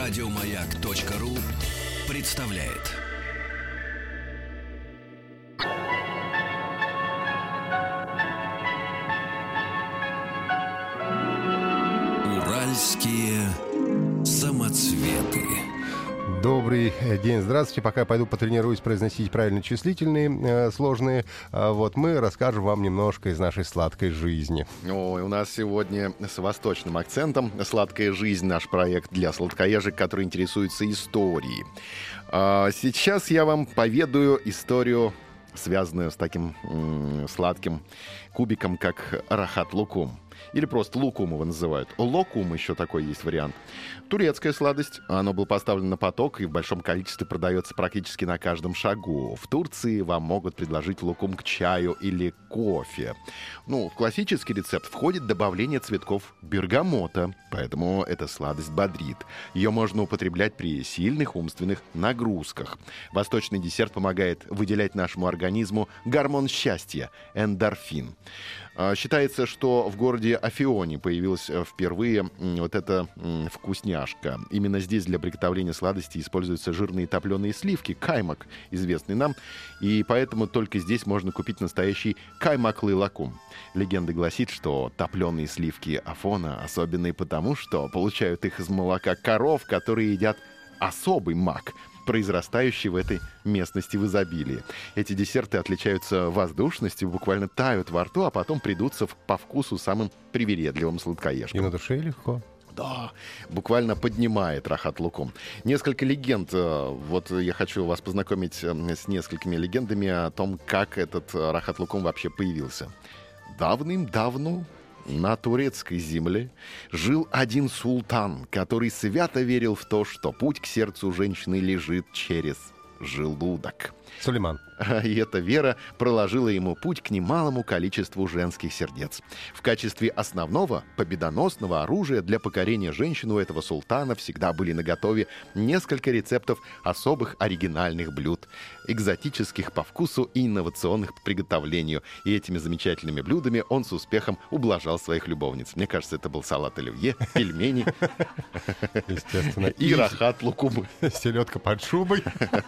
Радиомаяк.ру представляет. Уральские самоцветы. Добрый день, здравствуйте. Пока я пойду потренируюсь произносить правильно числительные, сложные, вот мы расскажем вам немножко из нашей сладкой жизни. Ой, у нас сегодня с восточным акцентом «Сладкая жизнь» наш проект для сладкоежек, который интересуется историей. Сейчас я вам поведаю историю, связанную с таким сладким кубиком, как рахат-лукум. Или просто лукум его называют. Локум еще такой есть вариант. Турецкая сладость. Оно было поставлено на поток и в большом количестве продается практически на каждом шагу. В Турции вам могут предложить лукум к чаю или кофе. В классический рецепт входит добавление цветков бергамота, поэтому эта сладость бодрит. Ее можно употреблять при сильных умственных нагрузках. Восточный десерт помогает выделять нашему организму гормон счастья – эндорфин. Считается, что в городе Афионе появилась впервые вот эта вкусняшка. Именно здесь для приготовления сладости используются жирные топленые сливки, каймак, известный нам, и поэтому только здесь можно купить настоящий каймаклы лакум. Легенда гласит, что топленые сливки Афона особенные потому, что получают их из молока коров, которые едят особый мак, произрастающий в этой местности в изобилии. Эти десерты отличаются воздушностью, буквально тают во рту, а потом придутся по вкусу самым привередливым сладкоежкам. И на душе легко. Да, буквально поднимает рахат-лукум. Несколько легенд. Вот я хочу вас познакомить с несколькими легендами о том, как этот рахат-лукум вообще появился. Давным-давно на турецкой земле жил один султан, который свято верил в то, что путь к сердцу женщины лежит через желудок. Сулейман. И эта вера проложила ему путь к немалому количеству женских сердец. В качестве основного победоносного оружия для покорения женщин у этого султана всегда были наготове несколько рецептов особых оригинальных блюд, экзотических по вкусу и инновационных по приготовлению. И этими замечательными блюдами он с успехом ублажал своих любовниц. Мне кажется, это был салат оливье, пельмени. Естественно. И рахат-лукум. Селедка под шубой.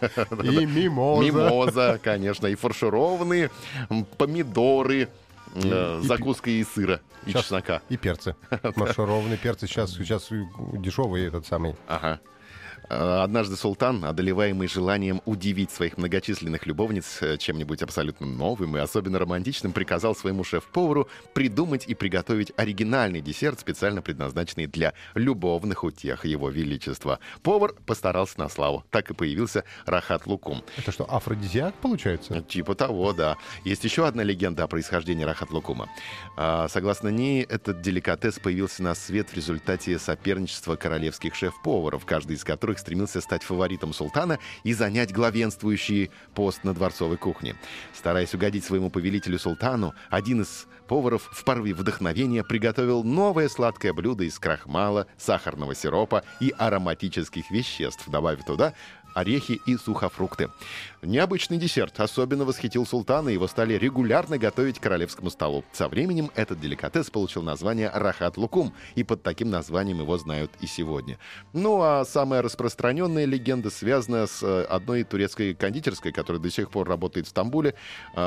И мимоза. Мимоза, конечно, и фаршированные помидоры, закуска из сыра и чеснока. И перцы. Маршированные перцы сейчас дешевые этот самый. Ага. Однажды султан, одолеваемый желанием удивить своих многочисленных любовниц чем-нибудь абсолютно новым и особенно романтичным, приказал своему шеф-повару придумать и приготовить оригинальный десерт, специально предназначенный для любовных утех его величества. Повар постарался на славу. Так и появился рахат-лукум. Это что, афродизиак получается? Типа того, да. Есть еще одна легенда о происхождении рахат-лукума. Согласно ней, этот деликатес появился на свет в результате соперничества королевских шеф-поваров, каждый из которых стремился стать фаворитом султана и занять главенствующий пост на дворцовой кухне. Стараясь угодить своему повелителю султану, один из поваров в порыве вдохновения приготовил новое сладкое блюдо из крахмала, сахарного сиропа и ароматических веществ, добавив туда орехи и сухофрукты. Необычный десерт особенно восхитил султана, и его стали регулярно готовить к королевскому столу. Со временем этот деликатес получил название рахат-лукум, и под таким названием его знают и сегодня. А самая распространенная легенда связана с одной турецкой кондитерской, которая до сих пор работает в Стамбуле,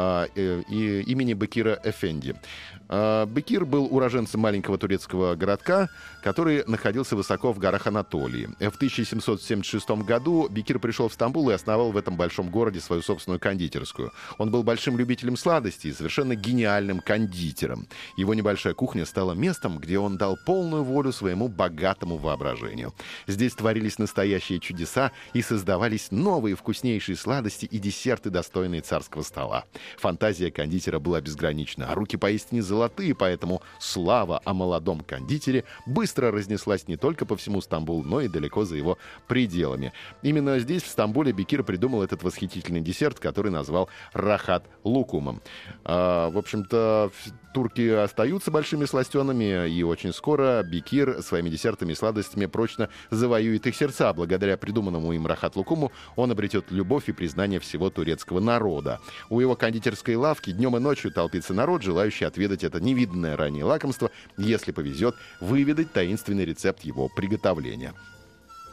имени Бекира Эфенди. Бекир был уроженцем маленького турецкого городка, который находился высоко в горах Анатолии. В 1776 году Бекир пришел в Стамбул и основал в этом большом городе свою собственную кондитерскую. Он был большим любителем сладостей и совершенно гениальным кондитером. Его небольшая кухня стала местом, где он дал полную волю своему богатому воображению. Здесь творились настоящие чудеса и создавались новые вкуснейшие сладости и десерты, достойные царского стола. Фантазия кондитера была безгранична, а руки поистине золотые, поэтому слава о молодом кондитере быстро разнеслась не только по всему Стамбулу, но и далеко за его пределами. Именно здесь, в Стамбуле, Бекир придумал этот восхитительный десерт, который назвал рахат-лукумом. В общем-то, турки остаются большими сластенами, и очень скоро Бекир своими десертами и сладостями прочно завоюет их сердца. Благодаря придуманному им рахат-лукуму он обретет любовь и признание всего турецкого народа. У его кондитерской лавки днем и ночью толпится народ, желающий отведать это невиданное ранее лакомство, если повезет, выведать таинственный рецепт его приготовления.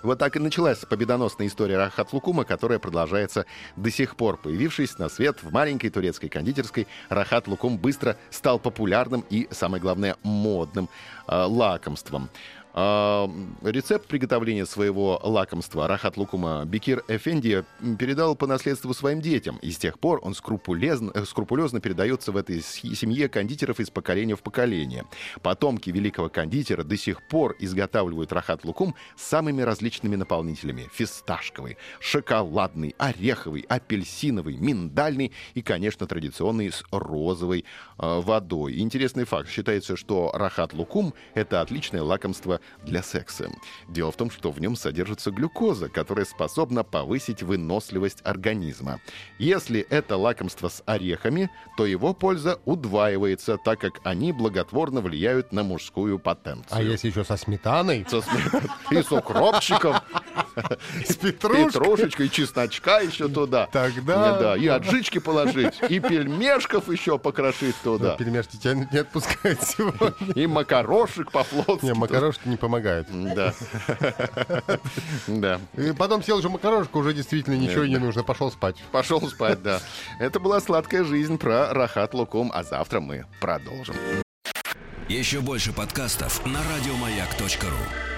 Вот так и началась победоносная история Рахат Лукума, которая продолжается до сих пор. Появившись на свет в маленькой турецкой кондитерской, Рахат Лукум быстро стал популярным и, самое главное, модным лакомством. Рецепт приготовления своего лакомства Рахат Лукума Бекир Эфенди передал по наследству своим детям. И с тех пор он скрупулезно передается в этой семье кондитеров из поколения в поколение. Потомки великого кондитера до сих пор изготавливают Рахат Лукум с самыми различными наполнителями: фисташковый, шоколадный, ореховый, апельсиновый, миндальный и, конечно, традиционный с розовой водой. Интересный факт. Считается, что Рахат Лукум — это отличное лакомство для секса. Дело в том, что в нем содержится глюкоза, которая способна повысить выносливость организма. Если это лакомство с орехами, то его польза удваивается, так как они благотворно влияют на мужскую потенцию. А если еще со сметаной? И с укропчиком, С петрушкой? петрушечкой, и чесночка еще туда. Тогда... Да, и аджички положить, и пельмешков еще покрошить туда. Пельмешки тебя не отпускают сегодня. И макарошек по-флотски. Не, макарошки не помогают. Да. Да. И потом съел уже макарошку, уже действительно ничего и не нужно. Пошел спать. Пошел спать, да. Это была сладкая жизнь про Рахат Лукум, а завтра мы продолжим. Еще больше подкастов на радиомаяк.ру.